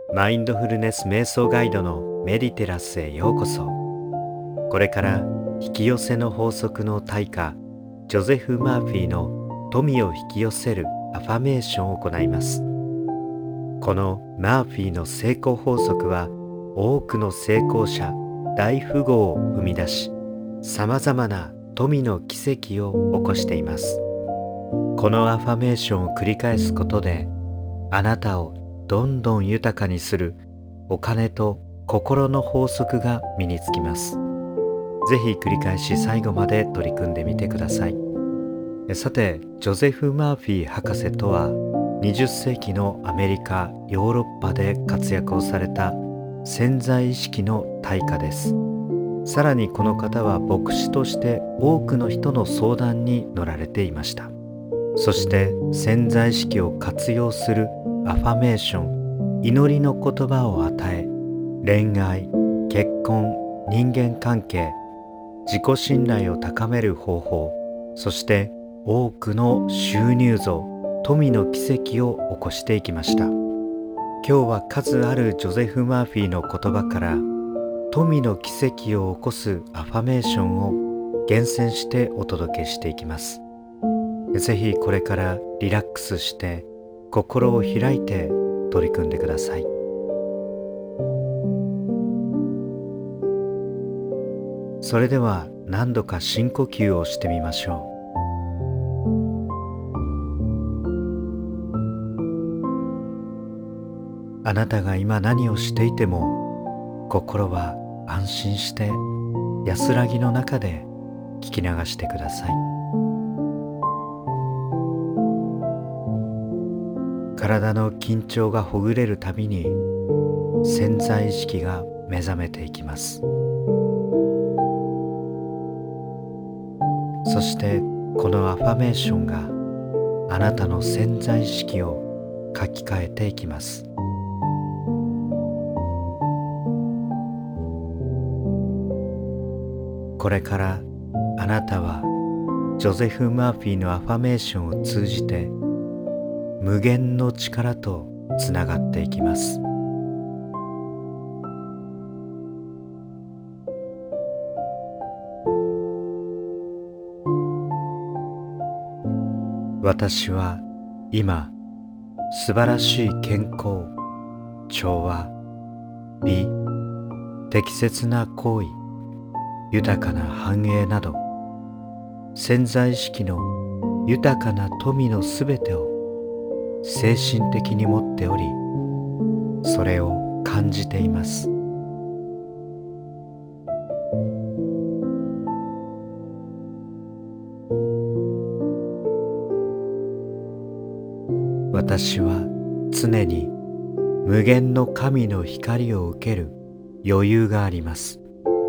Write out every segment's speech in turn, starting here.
マインドフルネス瞑想ガイドのメディテラスへようこそ。これから引き寄せの法則の大家ジョゼフ・マーフィーの富を引き寄せるアファメーションを行います。このマーフィーの成功法則は多くの成功者、大富豪を生み出し、さまざまな富の奇跡を起こしています。このアファメーションを繰り返すことで、あなたをどんどん豊かにするお金と心の法則が身につきます。ぜひ繰り返し最後まで取り組んでみてください。さて、ジョゼフ・マーフィー博士とは20世紀のアメリカ、ヨーロッパで活躍をされた潜在意識の大家です。さらにこの方は牧師として多くの人の相談に乗られていました。そして潜在意識を活用するアファメーション、祈りの言葉を与え、恋愛、結婚、人間関係、自己信頼を高める方法、そして多くの収入増、富の奇跡を起こしていきました。今日は数あるジョゼフ・マーフィーの言葉から富の奇跡を起こすアファメーションを厳選してお届けしていきます。ぜひこれからリラックスして心を開いて取り組んでください。それでは何度か深呼吸をしてみましょう。あなたが今何をしていても心は安心して安らぎの中で聞き流してください。体の緊張がほぐれるたびに潜在意識が目覚めていきます。そしてこのアファメーションがあなたの潜在意識を書き換えていきます。これからあなたはジョゼフ・マーフィーのアファメーションを通じて無限の力とつながっていきます。私は今素晴らしい健康、調和、美、適切な行為、豊かな繁栄など潜在意識の豊かな富のすべてを精神的に持っており、それを感じています。私は常に無限の神の光を受ける余裕があります。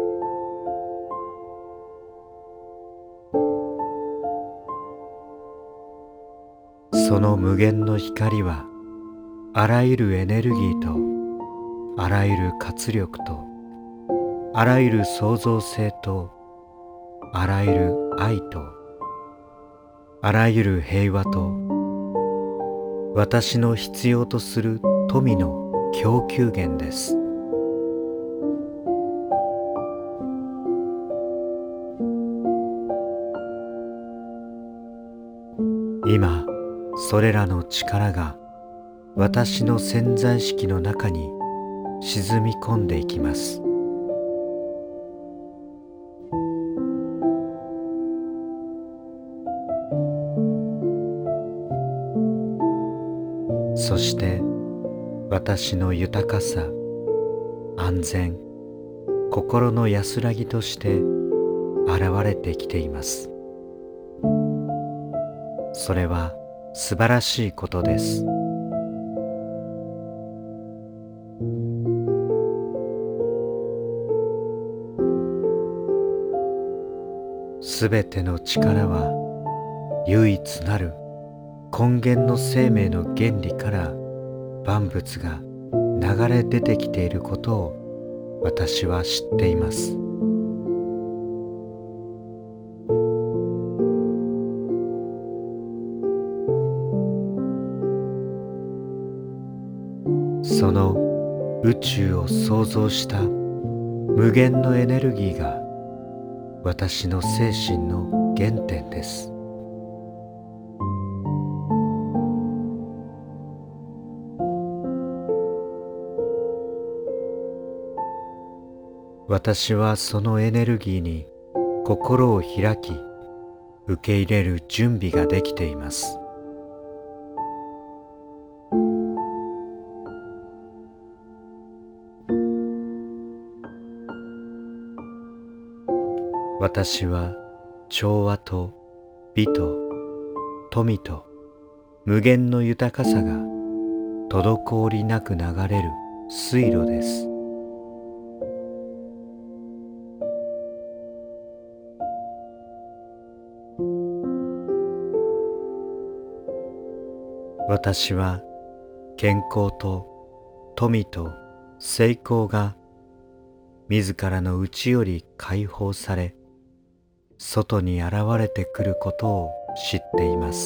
その無限の光はあらゆるエネルギーとあらゆる活力とあらゆる創造性とあらゆる愛とあらゆる平和と私の必要とする富の供給源です。今それらの力が私の潜在意識の中に沈み込んでいきます。そして私の豊かさ、安全、心の安らぎとして現れてきています。それは素晴らしいことです。すべての力は唯一なる根源の生命の原理から万物が流れ出てきていることを私は知っています。その宇宙を創造した無限のエネルギーが私の精神の原点です。私はそのエネルギーに心を開き、受け入れる準備ができています。私は調和と美と富と無限の豊かさが滞りなく流れる水路です。私は健康と富と成功が自らの内より解放され、外に現れてくることを知っています。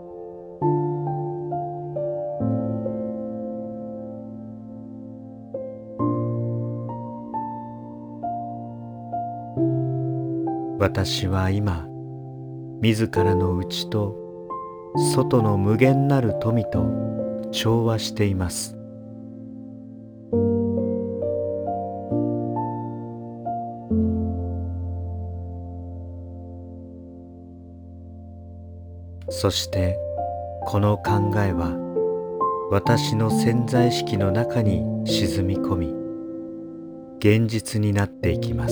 私は今、自らの内と外の無限なる富と調和しています。そしてこの考えは私の潜在意識の中に沈み込み、現実になっていきます。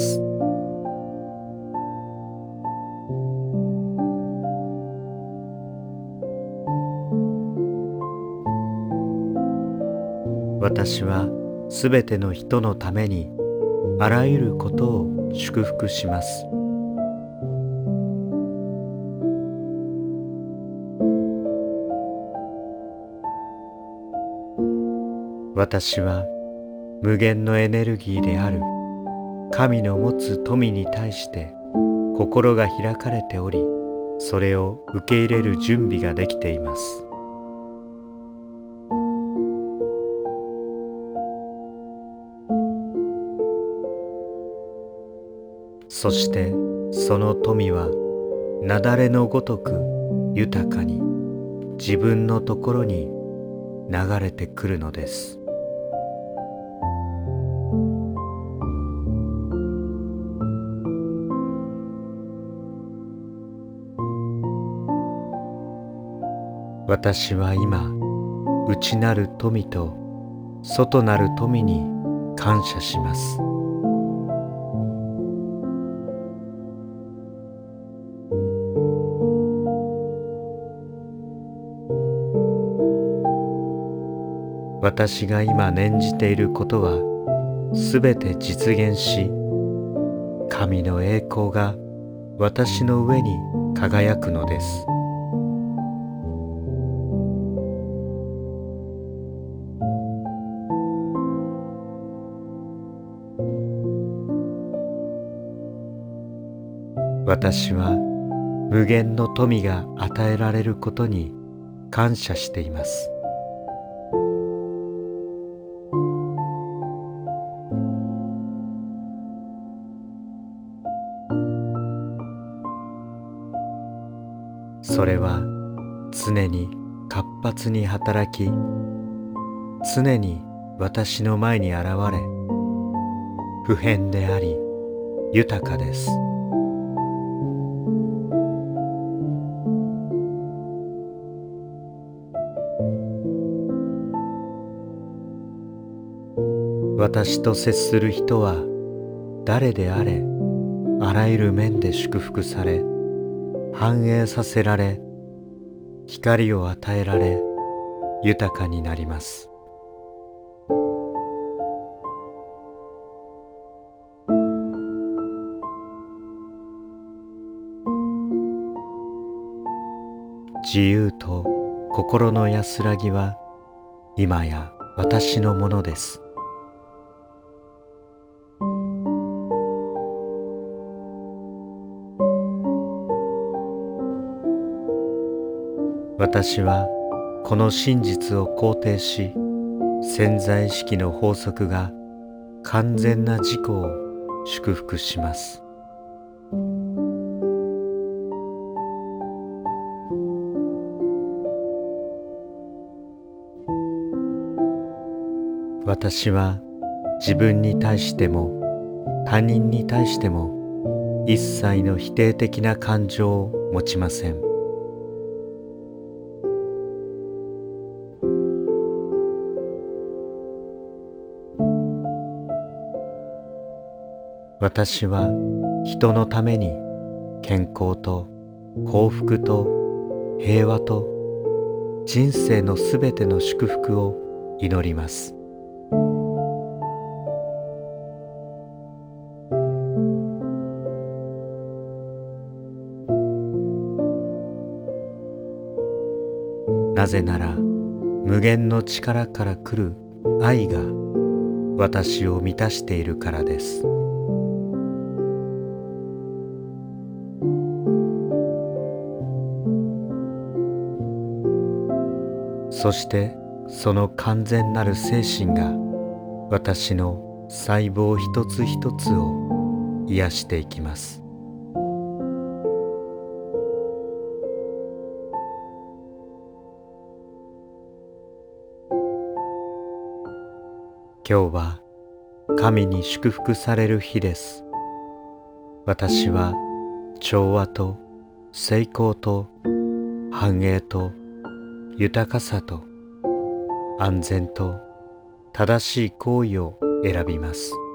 私はすべての人のためにあらゆることを祝福します。私は無限のエネルギーである神の持つ富に対して心が開かれており、それを受け入れる準備ができています。そしてその富は雪崩のごとく豊かに自分のところに流れてくるのです。私は今、内なる富と外なる富に感謝します。私が今念じていることはすべて実現し、神の栄光が私の上に輝くのです。私は無限の富が与えられることに感謝しています。それは常に活発に働き、常に私の前に現れ、不変であり豊かです。私と接する人は誰であれ、あらゆる面で祝福され、繁栄させられ、光を与えられ、豊かになります。自由と心の安らぎは今や私のものです。私はこの真実を肯定し、 潜在意識の法則が完全な自己を祝福します。私は自分に対しても他人に対しても一切の否定的な感情を持ちません。私は人のために健康と幸福と平和と人生のすべての祝福を祈ります。なぜなら無限の力から来る愛が私を満たしているからです。そしてその完全なる精神が私の細胞一つ一つを癒していきます。今日は神に祝福される日です。私は調和と成功と繁栄と豊かさと安全と正しい行為を選びます。